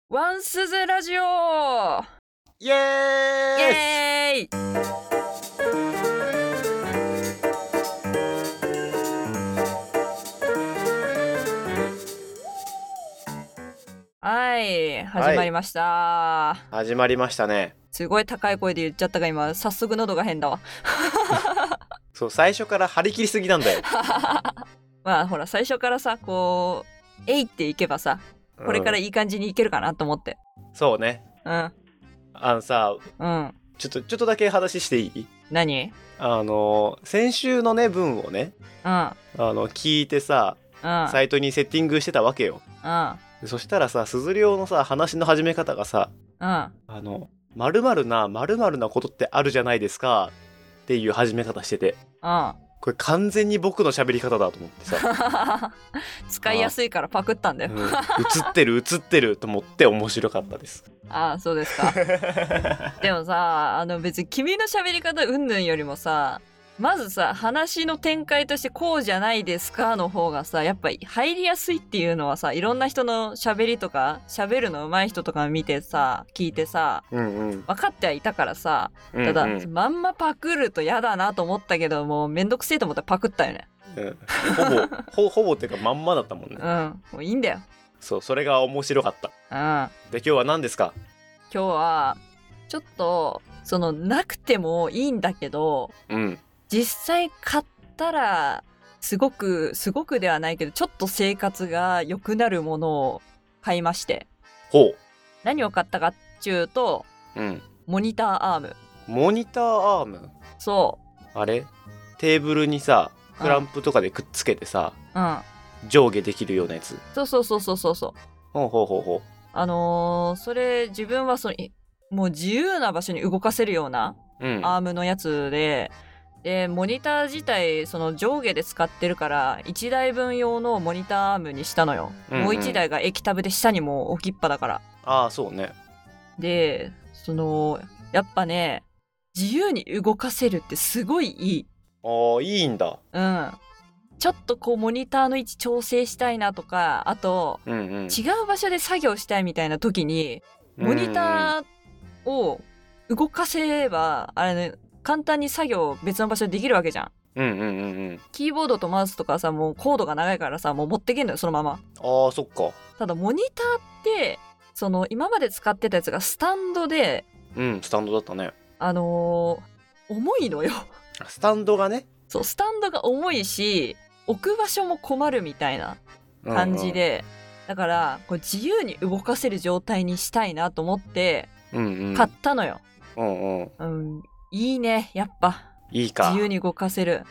ワンスズラジオイエーイ。 イエーイ。はい、始まりました、 始まりましたね。 すごい高い声で言っちゃったが今早速喉が変だわそう、最初から張り切りすぎなんだよまあほら最初からさこうえいっていけばさこれからいい感じにいけるかなと思って、 そうね。 うんさ、 うん、 ちょっとだけ話していい？ 何？ 先週のね分をね、 うん聞いてさ、 うんサイトにセッティングしてたわけよ。 うんでそしたらさ、鈴涼のさ話の始め方がさ、 うん 〇〇な〇〇なことってあるじゃないですかっていう始め方してて、 うんこれ完全に僕の喋り方だと思ってさ使いやすいからパクったんだよ、 映ってると思って面白かったです。 ああそうですかでもさ別に君の喋り方うんぬんよりもさまずさ話の展開としてこうじゃないですかの方がさやっぱ入りやすいっていうのはさいろんな人の喋りとか喋るの上手い人とか見てさ聞いてさ、分かってはいたからさ、ただ、まんまパクると嫌だなと思ったけどもうめんどくせえと思ったらパクったよね、 ほぼっていうかまんまだったもんね。 もういいんだよ。 そう、それが面白かった。で今日は何ですか？ 今日はちょっとそのなくてもいいんだけど、実際買ったらすごくではないけどちょっと生活が良くなるものを買いまして。何を買ったかっちゅうと、モニターアーム。 モニターアーム？ そう。 あれ？テーブルにさクランプとかでくっつけてさ、上下できるようなやつ。そう。 ほう。それ自分はもう自由な場所に動かせるようなアームのやつで、モニター自体その上下で使ってるから1台分用のモニターアームにしたのよ、もう1台が液タブで下にも置きっぱだから。ああそうね。でやっぱね自由に動かせるってすごいいい。 ああいいんだ。 ちょっとこうモニターの位置調整したいなとか、あと、違う場所で作業したいみたいな時にモニターを動かせればあれね簡単に作業別の場所でできるわけじゃん。キーボードとマウスとかさもうコードが長いからさもう持ってけんのよそのまま。ああそっか。ただモニターって今まで使ってたやつがスタンドで、 スタンドだったね。 重いのよスタンドがね。 そうスタンドが重いし置く場所も困るみたいな感じで、だからこう自由に動かせる状態にしたいなと思って買ったのよ。いいねやっぱ。いいか。自由に動かせる。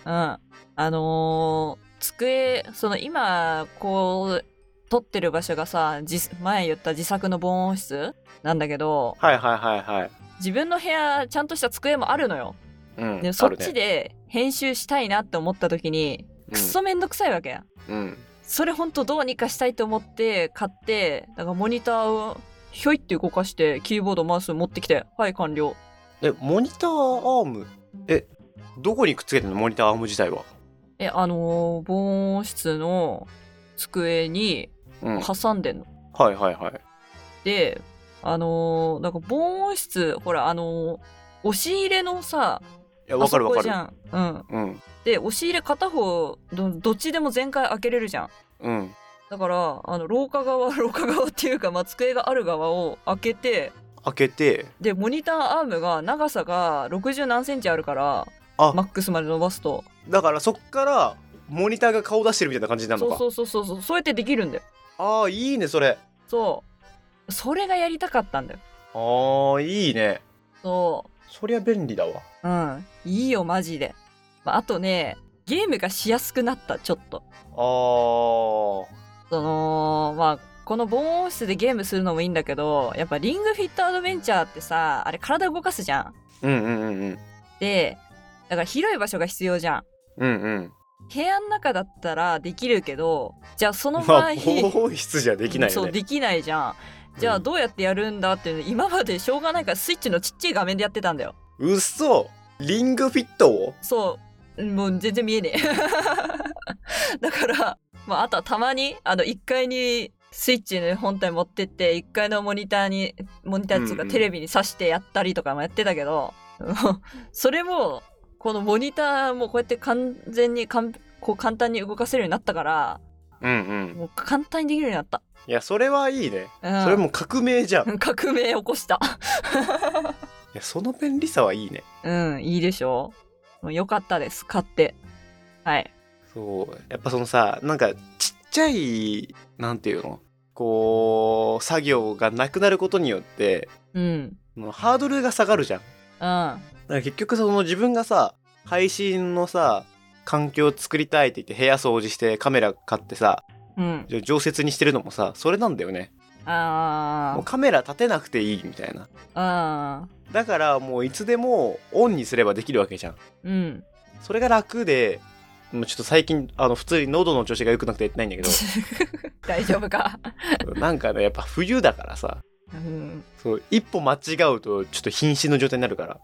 机今こう撮ってる場所がさ前言った自作の防音室なんだけど、自分の部屋ちゃんとした机もあるのよ。でそっちで編集したいなって思った時にくっそめんどくさいわけや。それほんとどうにかしたいと思って買って、だからモニターをひょいって動かしてキーボードマウス持ってきて、はい完了。モニターアームどこにくっつけてんの？モニターアーム自体は。防音室の机に挟んでんの。でなんか防音室ほら押し入れのさ、わかる。で押し入れ片方どっちでも全開開けれるじゃん。だから廊下側っていうか、机がある側を開けてでモニターアームが長さが60何センチあるからマックスまで伸ばすと、だからそっからモニターが顔出してるみたいな感じになるのか。そうやってできるんだよ。ああいいねそれ。それがやりたかったんだよ。ああいいね。そりゃ便利だわ。いいよマジで。あとねゲームがしやすくなった。ちょっとこの防音室でゲームするのもいいんだけど、やっぱリングフィットアドベンチャーってさあれ体動かすじゃん。でだから広い場所が必要じゃん。部屋の中だったらできるけど、じゃあその場合防音室じゃできないよね。そうできないじゃん。じゃあどうやってやるんだっていうの今までしょうがないからスイッチのちっちゃい画面でやってたんだよ。うっそ。リングフィットを？そうもう全然見えねえだから、あとはたまに1階にスイッチの本体持ってって1階のモニターとかテレビに挿してやったりとかもやってたけど、それもこのモニターもこうやって完全にこう簡単に動かせるようになったから、もう簡単にできるようになった。 いやそれはいいね、それも革命じゃん。 革命起こしたいやその便利さはいいね。 いいでしょ。もうよかったです、買って。はい。 そうやっぱそのさ、なんかちっちゃいなんていうの、こう作業がなくなることによって、ハードルが下がるじゃん。だから結局その自分がさ配信のさ環境を作りたいって言って部屋掃除してカメラ買ってさ、常設にしてるのもさそれなんだよね。もうカメラ立てなくていいみたいな。だからもういつでもオンにすればできるわけじゃん。それが楽で、もうちょっと最近普通に喉の調子が良くなくて言ってないんだけど大丈夫かなんかねやっぱ冬だからさ、そう一歩間違うとちょっと瀕死の状態になるから、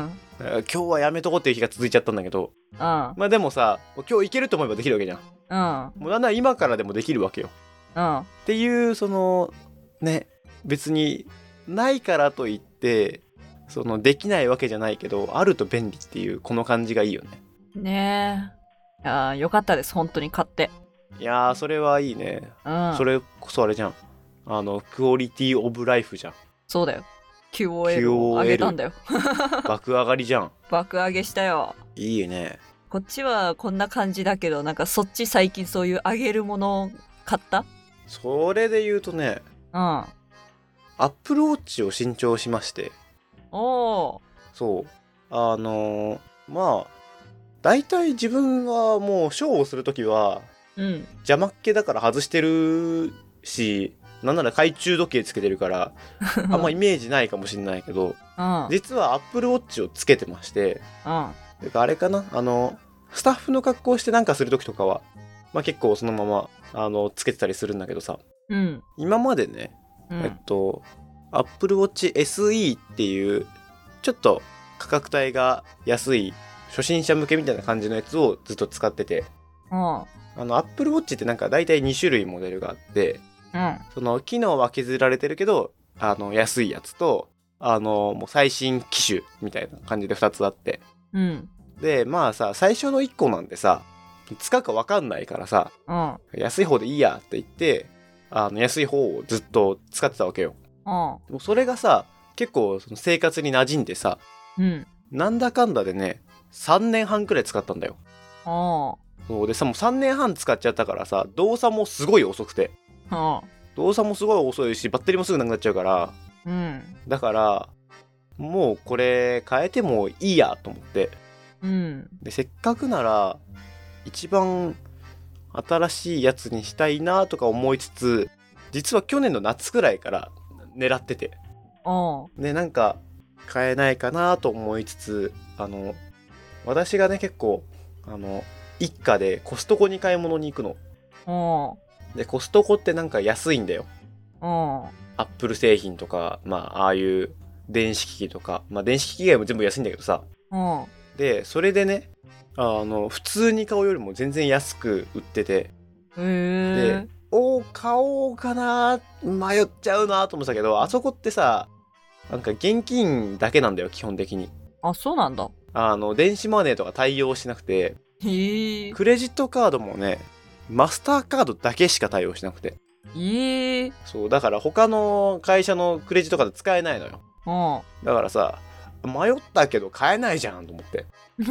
今日はやめとこうっていう日が続いちゃったんだけど、まあでもさ今日いけると思えばできるわけじゃん。もうなんなら今からでもできるわけよ。っていうそのね、別にないからといってそのできないわけじゃないけど、あると便利っていうこの感じがいいよね。 ねえ、いやよかったです本当に買って。 いやそれはいいね。それこそあれじゃん、クオリティオブライフじゃん。 そうだよ、 QOL を上げたんだよ爆上がりじゃん。 爆上げしたよ。 いいね。 こっちはこんな感じだけど、なんかそっち最近そういう上げるもの買った？ それで言うとね、アップルウォッチを新調しまして。そうまあ大体自分はもうショーをするときは、邪魔っ気だから外してるし、なんなら懐中時計つけてるからあんまイメージないかもしれないけど、実はアップルウォッチをつけてまして、あれかな、スタッフの格好をしてなんかするときとかは、まあ、結構そのままつけてたりするんだけどさ、今までね、アップルウォッチ SE っていうちょっと価格帯が安い初心者向けみたいな感じのやつをずっと使ってて、アップルウォッチってなんか大体2種類モデルがあって、その機能は削られてるけど安いやつともう最新機種みたいな感じで2つあって、でまあさ最初の1個なんでさ使うか分かんないからさ、安い方でいいやって言って安い方をずっと使ってたわけよ。もうそれがさ結構その生活に馴染んでさ、なんだかんだでね3年半くらい使ったんだよ。そうでさ、もう3年半使っちゃったからさ動作もすごい遅くて、動作もすごい遅いしバッテリーもすぐなくなっちゃうから、だからもうこれ変えてもいいやと思って、でせっかくなら一番新しいやつにしたいなとか思いつつ、実は去年の夏くらいから狙ってて、でなんか買えないかなと思いつつ、私がね結構一家でコストコに買い物に行くの。でコストコってなんか安いんだよ。アップル製品とか、まあああいう電子機器とか、まあ電子機器以外も全部安いんだけどさ、でそれでね普通に買うよりも全然安く売ってて、で買おうかな迷っちゃうなと思ってたけど、あそこってさなんか現金だけなんだよ基本的に。 あ、そうなんだ。 電子マネーとか対応しなくて、クレジットカードもねマスターカードだけしか対応しなくて、そうだから他の会社のクレジットカード使えないのよ。だからさ迷ったけど買えないじゃんと思って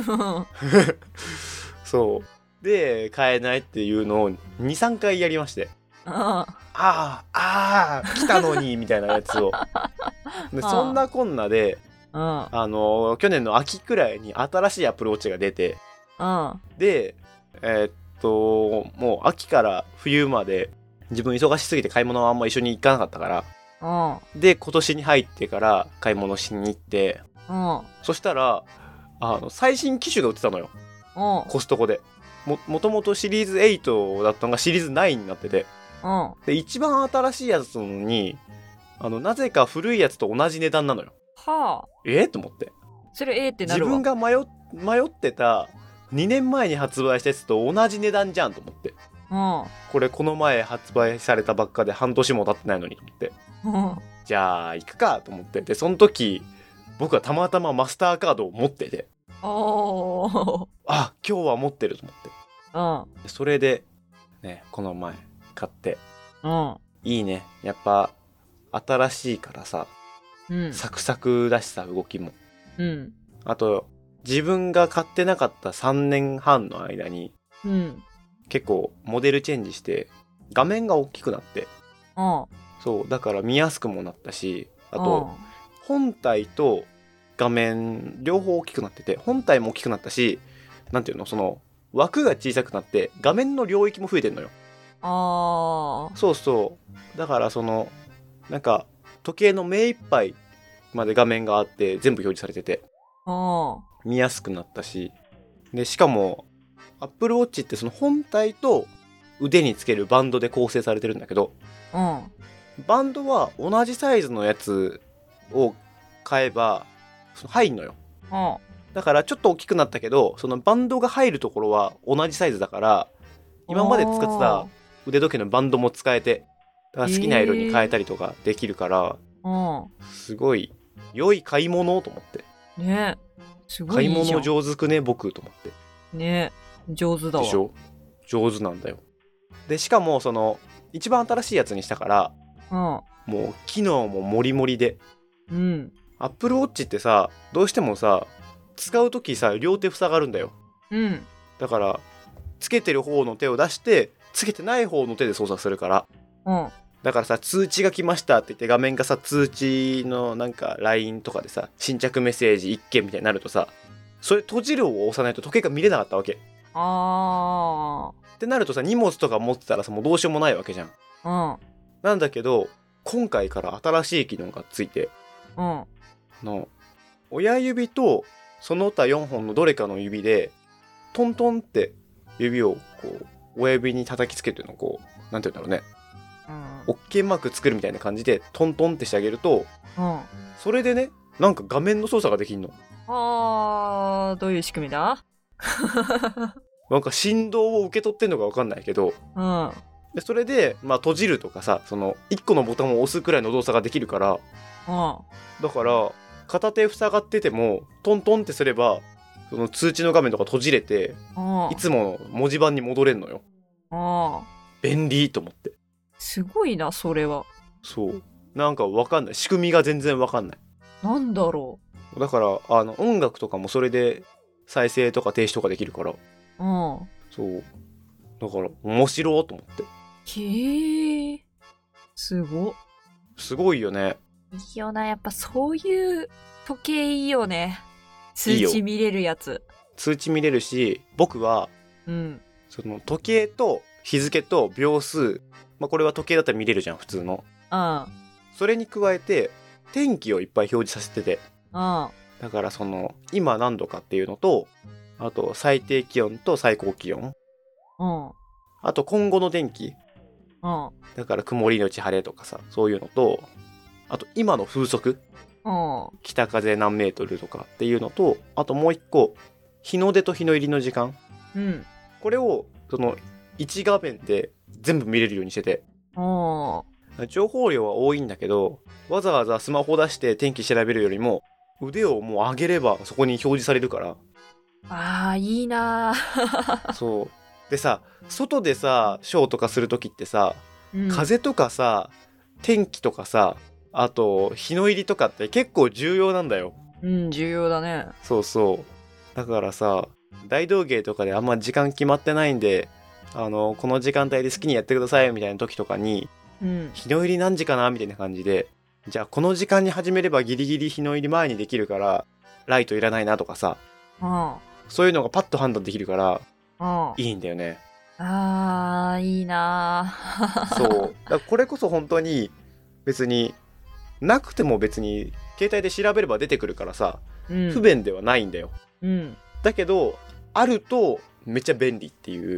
そうで買えないっていうのを 2,3 回やりまして、来たのにみたいなやつをでそんなこんなで去年の秋くらいに新しいアップルウォッチが出て、でもう秋から冬まで自分忙しすぎて買い物はあんま一緒に行かなかったから、で今年に入ってから買い物しに行って、そしたら最新機種が売ってたのよ、コストコで。もともとシリーズ8だったのがシリーズ9になってて、で一番新しいやつなのになぜか古いやつと同じ値段なのよ。と思って、 それってなるわ。 自分が迷ってた2年前に発売したやつと同じ値段じゃんと思って、 これこの前発売されたばっかで半年も経ってないのにと思って、じゃあ行くかと思って、でその時僕はたまたまマスターカードを持ってて、今日は持ってると思って、それでねこの前買って、いいね、やっぱ新しいからさ、サクサクだしさ、動きも、あと自分が買ってなかった3年半の間に、結構モデルチェンジして画面が大きくなって、そうだから見やすくもなったし、あと本体と画面両方大きくなってて、本体も大きくなったし、なんていうの、その枠が小さくなって画面の領域も増えてんのよ。そうそう、だからそのなんか時計の目いっぱいまで画面があって全部表示されてて見やすくなったし、でしかもApple Watch ってその本体と腕につけるバンドで構成されてるんだけど、バンドは同じサイズのやつを買えば入んのよ。だからちょっと大きくなったけど、そのバンドが入るところは同じサイズだから、今まで使ってた腕時計のバンドも使えて、だから好きな色に変えたりとかできるから、すごい良い買い物と思ってね。すごいいいじゃん。買い物上手くね僕と思ってね。上手だわ。 でしょ、上手なんだよ。でしかもその一番新しいやつにしたから、もう機能もモリモリで、Apple Watch ってさ、どうしてもさ使うときさ両手塞がるんだよ。だからつけてる方の手を出してつけてない方の手で操作するから、だからさ、通知が来ましたって言って画面がさ、通知のなんか LINE とかでさ、新着メッセージ1件みたいになるとさ、それ閉じるを押さないと時計が見れなかったわけ。ってなるとさ、荷物とか持ってたらさ、もうどうしようもないわけじゃん。なんだけど今回から新しい機能がついて、の親指とその他4本のどれかの指でトントンって指をこう親指に叩きつけてるのをこう、なんて言うんだろうね、OK マーク作るみたいな感じでトントンってしてあげると、それでね、なんか画面の操作ができんの。 どういう仕組みだ？ なんか振動を受け取ってんのか分かんないけど、でそれでまあ閉じるとかさ、その1個のボタンを押すくらいの動作ができるから、だから片手塞がっててもトントンってすればその通知の画面とか閉じれて、いつもの文字盤に戻れんのよ。便利と思って。 すごいなそれは。 そう、なんか分かんない、仕組みが全然分かんない。 なんだろう。だから音楽とかもそれで再生とか停止とかできるから、そうだから面白いと思って。 へえ、すごいよね。 いいよな、やっぱそういう時計いいよね。通知見れるやつ。 通知見れるし、僕は、その時計と日付と秒数、まあこれは時計だったら見れるじゃん普通の。それに加えて天気をいっぱい表示させてて、だからその今何度かっていうのと、あと最低気温と最高気温、あと今後の天気、だから曇りのち晴れとかさ、そういうのと、あと今の風速、北風何メートルとかっていうのと、あともう一個日の出と日の入りの時間、これをその1画面で全部見れるようにしてて、情報量は多いんだけど、わざわざスマホ出して天気調べるよりも腕をもう上げればそこに表示されるから。 いいな。 そうでさ、外でさショーとかする時ってさ、風とかさ天気とかさ、あと日の入りとかって結構重要なんだよ。 重要だね。 そうそう、だからさ、大道芸とかであんま時間決まってないんで、この時間帯で好きにやってくださいみたいな時とかに、日の入り何時かなみたいな感じで、じゃあこの時間に始めればギリギリ日の入り前にできるからライトいらないなとかさ、そういうのがパッと判断できるからいいんだよね。 いいな。 そうだからこれこそ本当に別になくても別に携帯で調べれば出てくるからさ、不便ではないんだよ。だけどあるとめっちゃ便利っていう、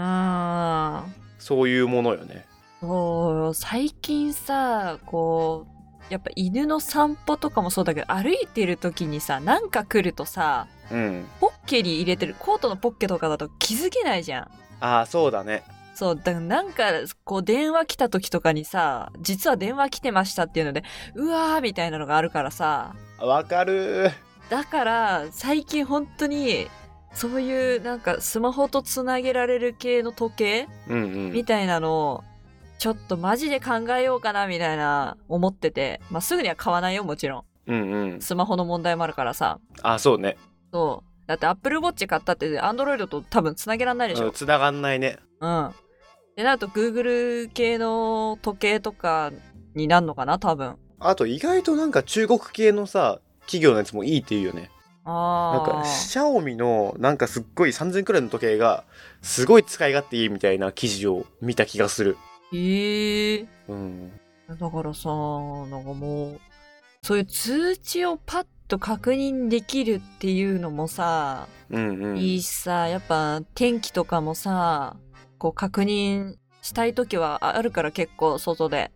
そういうものよね。 最近さ、こうやっぱ犬の散歩とかもそうだけど、歩いてる時にさ、なんか来るとさ、ポッケに入れてるコートのポッケとかだと気づけないじゃん。 そうだね。 そう、だからなんか、こう電話来た時とかにさ、実は電話来てましたっていうので、うわーみたいなのがあるからさ。 わかる。 だから、最近本当に、そういうなんかスマホとつなげられる系の時計、みたいなのを、ちょっとマジで考えようかなみたいな思ってて、まあ、すぐには買わないよ、もちろん。スマホの問題もあるからさ。 あ、そうね。 そう。だって Apple Watch 買ったって Android と多分つなげらんないでしょ。 つながんないね。 うん。で、なると Google 系の時計とかになるのかな、多分。 あと意外となんか中国系のさ、企業のやつもいいって言うよね。 なんかシャオミのなんかすっごい3000くらいの時計がすごい使い勝手いいみたいな記事を見た気がする。 うん。だからさ、なんかもうそういう通知をパッと確認できるっていうのもさ、いいしさ、やっぱ天気とかもさ、こう確認したい時はあるから結構外で。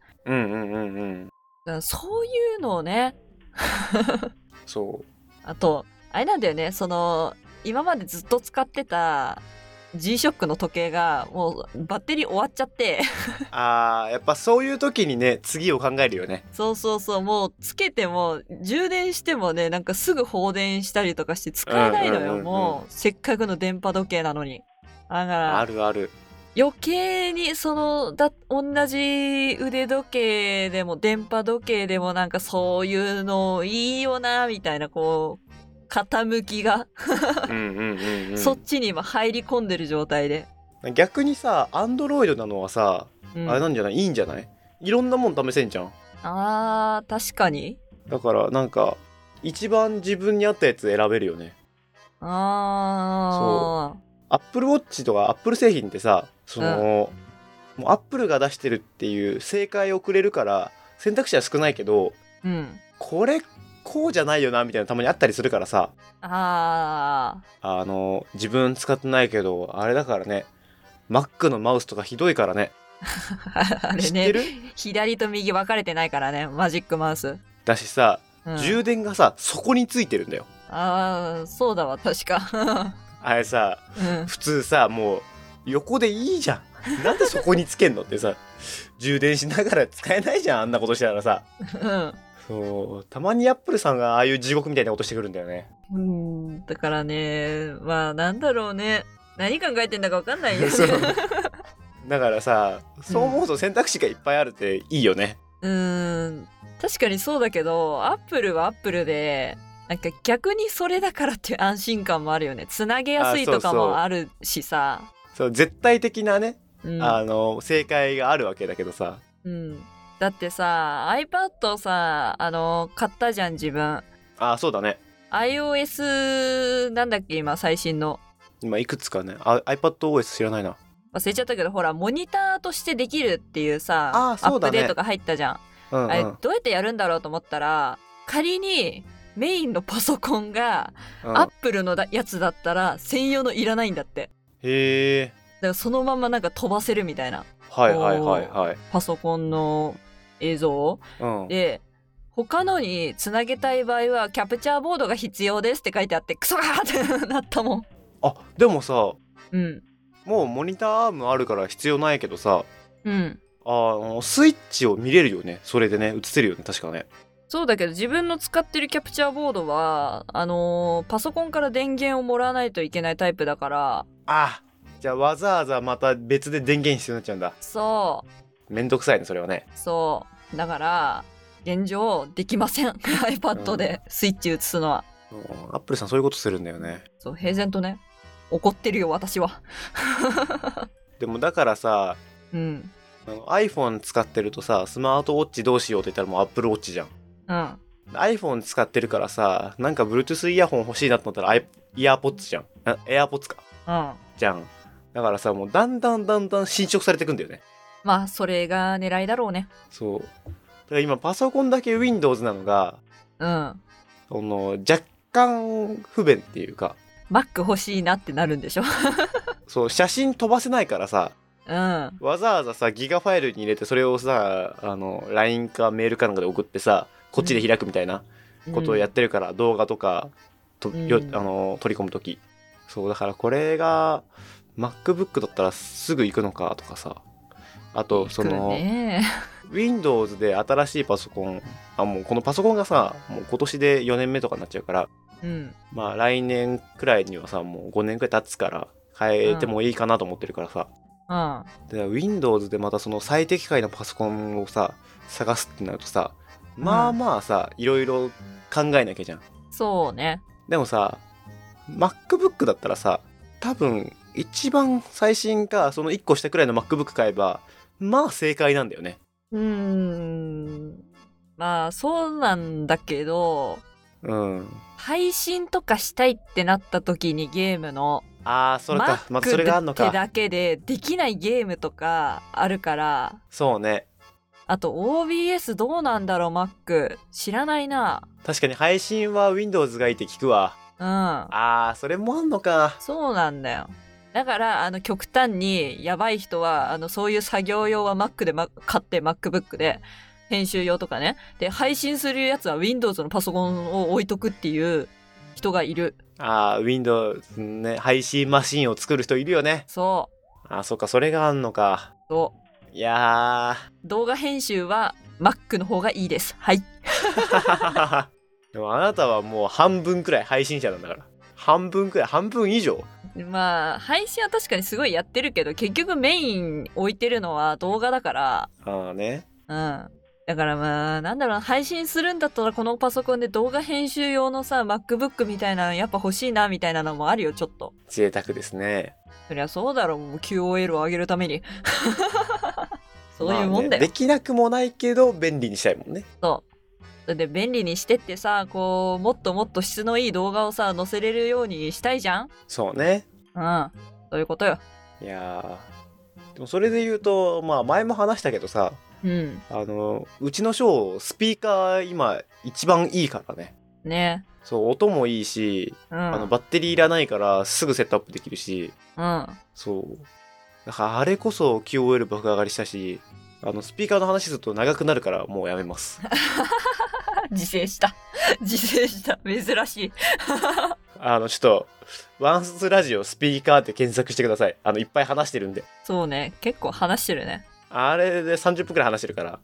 そういうのをね。 そう。 あと、あれなんだよね、今までずっと使ってた G-SHOCK の時計がもうバッテリー終わっちゃってやっぱそういう時にね、次を考えるよね。 そう、もうつけても充電してもね、なんかすぐ放電したりとかして使えないのよ、もうせっかくの電波時計なのに。だからある余計に同じ腕時計でも電波時計でもなんかそういうのいいよなみたいなこう傾きがそっちに今入り込んでる状態で。 逆にさ、アンドロイドなのはさ、あれなんじゃない？いいんじゃない？いろんなもん試せんじゃん。 確かに。 だからなんか一番自分に合ったやつ選べるよね。そう。アップルウォッチとかアップル製品ってさ、もうアップルが出してるっていう正解をくれるから選択肢は少ないけど、これこうじゃないよなみたいなたまにあったりするからさ。自分使ってないけどあれだからね、Mac のマウスとかひどいからね。 あれね、知ってる？左と右分かれてないからね、マジックマウスだしさ、充電がさそこについてるんだよ。 そうだわ、確かあれさ、普通さもう横でいいじゃん。なんでそこにつけんのってさ、充電しながら使えないじゃん、あんなことしたらさ。そう、たまにアップルさんがああいう地獄みたいなことしてくるんだよね。 だからね、まあなんだろうね、何考えてんだか分かんないよね。 だからさ、そう思うと選択肢がいっぱいあるっていいよね。 確かにそうだけど、アップルはアップルでなんか逆にそれだからっていう安心感もあるよね。つなげやすいとかもあるしさ。 そう、絶対的なね、正解があるわけだけどさ。 だってさ、iPad さ、買ったじゃん、自分。 そうだね。 iOS なんだっけ、今、最新の。 今、いくつかね。iPadOS 知らないな。 忘れちゃったけど、ほら、モニターとしてできるっていうさ、アップデートが入ったじゃん。あれ、どうやってやるんだろうと思ったら、仮にメインのパソコンが、アップルのやつだったら、専用のいらないんだって。 へえ。 だからそのままなんか飛ばせるみたいな。パソコンの映像、で他のにつなげたい場合はキャプチャーボードが必要ですって書いてあって、クソーってなったもん。 でもさ、もうモニターアームあるから必要ないけどさ、スイッチを見れるよね。それでね、映せるよね、確かね。 そうだけど自分の使ってるキャプチャーボードはパソコンから電源をもらわないといけないタイプだから。 じゃあわざわざまた別で電源必要になっちゃうんだ。 そう。 めんどくさいね、それはね。 そうだから現状できません。iPad でスイッチ映すのは。 アップルさんそういうことするんだよね。 そう、平然とね、怒ってるよ私は。 でもだからさ、iPhone 使ってるとさ、スマートウォッチどうしようって言ったらもう Apple Watch じゃん。iPhone 使ってるからさ、なんか Bluetooth イヤホン欲しいなと思ったらイヤーポッツじゃん。AirPods か。じゃん。だからさ、もうだんだん侵食されてくんだよね。 まあそれが狙いだろうね。 そう。だから今パソコンだけ Windows なのが、若干不便っていうか。 Mac 欲しいなってなるんでしょ。 そう、写真飛ばせないからさ。わざわざさ、ギガファイルに入れてそれをさ、LINE かメールかなんかで送ってさ、こっちで開くみたいなことをやってるから、動画とか取り込むとき。そう、だからこれが MacBook だったらすぐ行くのかとかさ、あとその Windows で新しいパソコン、もうこのパソコンがさもう今年で4年目とかになっちゃうから、まあ来年くらいにはさもう5年くらい経つから変えてもいいかなと思ってるからさ、で Windows でまたその最適解のパソコンをさ探すってなるとさ、まあまあさ、いろいろ考えなきゃじゃん。 そうね。 でもさ MacBook だったらさ、多分一番最新かその1個下くらいの MacBook 買えばまあ正解なんだよね。 まあそうなんだけど、配信とかしたいってなった時にゲームのそれか、またそれがあんのか。 Macってだけでできないゲームとかあるから。 そうね。 あと OBS どうなんだろう Mac 知らないな。 確かに配信は Windows がいいって聞くわ。それもあんのか。 そうなんだよ。だから極端にやばい人はそういう作業用は Mac で、買って MacBook で編集用とかね。で配信するやつは Windows のパソコンを置いとくっていう人がいる。 Windows ね、配信マシンを作る人いるよね。 そう。 そっか、それがあんのか。 そう。 いやー。動画編集は Mac の方がいいです。はい。 でもあなたはもう半分くらい配信者なんだから。半分以上。 まあ配信は確かにすごいやってるけど、結局メイン置いてるのは動画だから。 ね。 だからまあなんだろう、配信するんだったらこのパソコンで動画編集用のさ MacBook みたいなのやっぱ欲しいなみたいなのもあるよ、ちょっと。 贅沢ですね。 そりゃそうだろう、もう QOL を上げるために。そういうもんだよ、 できなくもないけど便利にしたいもんね。 そう。で便利にしてってさ、こうもっともっと質のいい動画をさ載せれるようにしたいじゃん。 そうね。 そういうことよ。 いやでもそれで言うと、まあ前も話したけどさ、うちのショースピーカー今一番いいからね。 ね。 そう音もいいし、バッテリーいらないからすぐセットアップできるし、そうだからあれこそ QOL 爆上がりしたし、スピーカーの話すると長くなるからもうやめます。 自制した珍しい。ちょっとワンスラジオスピーカーって検索してください。いっぱい話してるんで。 そうね、結構話してるね。 あれで30分くらい話してるから。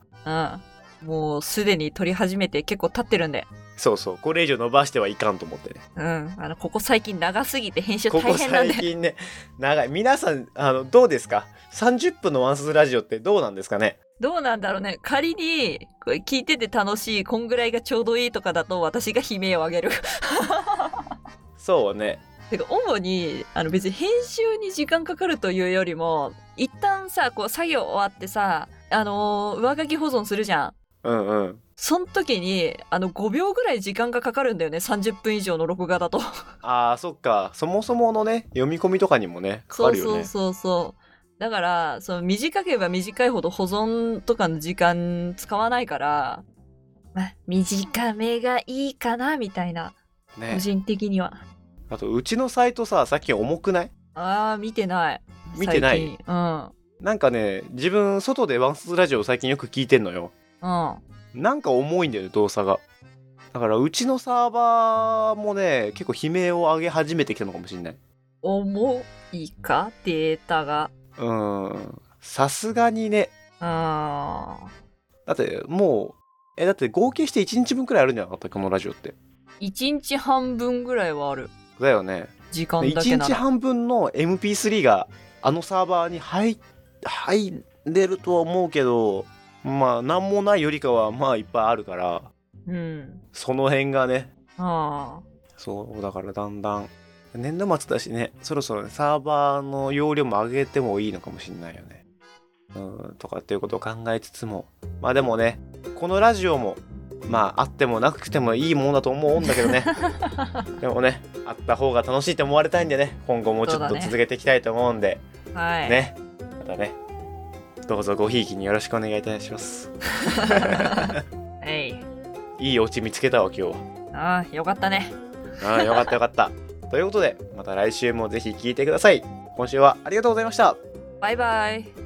もうすでに撮り始めて結構経ってるんで。 そうそう、これ以上伸ばしてはいかんと思ってね。 ここ最近長すぎて編集大変なんで。 ここ最近ね、長い。皆さんどうですか？30分のワンスラジオってどうなんですかね？ どうなんだろうね。仮にこれ聞いてて楽しい、こんぐらいがちょうどいいとかだと私が悲鳴を上げる。 そうね。 てか主に別に編集に時間かかるというよりも、一旦さこう作業終わってさ上書き保存するじゃん。その時に5秒ぐらい時間がかかるんだよね、30分以上の録画だと。 そっか。そもそものね読み込みとかにもねかかるよね。 そうだから短ければ短いほど保存とかの時間使わないから、短めがいいかなみたいな、個人的には。 あとうちのサイトさ、最近重くない？ 見てない。 なんかね、自分外でワンスラジオ最近よく聞いてんのよ。なんか重いんだよね、動作が。だからうちのサーバーもね結構悲鳴を上げ始めてきたのかもしれない。 重いかデータが。 さすがにね。だってもうだって合計して1日分くらいあるんじゃなかった？このラジオって 1日半分ぐらいはある。 だよね。 時間だけなら 1日半分の MP3 がサーバーに入れるとは思うけど、まあなんもないよりかはまあいっぱいあるから、その辺がね。そうだからだんだん年度末だしね、そろそろ、ね、サーバーの容量も上げてもいいのかもしれないよね。とかっていうことを考えつつも、まあでもね、このラジオもまああってもなくてもいいものだと思うんだけどね。でもね、あった方が楽しいと思われたいんでね、今後もちょっと続けていきたいと思うんで、ね、またね、どうぞごひいきによろしくお願いいたします。いいオチ見つけたわ今日は。 よかったね。 よかった。ということで、また来週もぜひ聞いてください。今週はありがとうございました。 バイバイ。